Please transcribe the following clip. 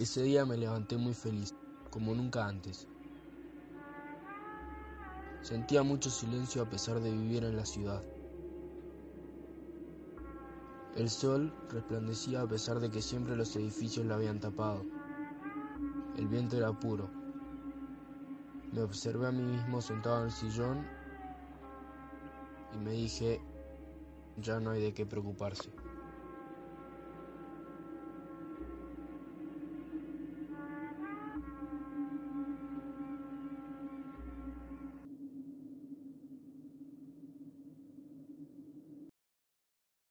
Ese día me levanté muy feliz, como nunca antes. Sentía mucho silencio a pesar de vivir en la ciudad. El sol resplandecía a pesar de que siempre los edificios la habían tapado. El viento era puro. Me observé a mí mismo sentado en el sillón y me dije, ya no hay de qué preocuparse.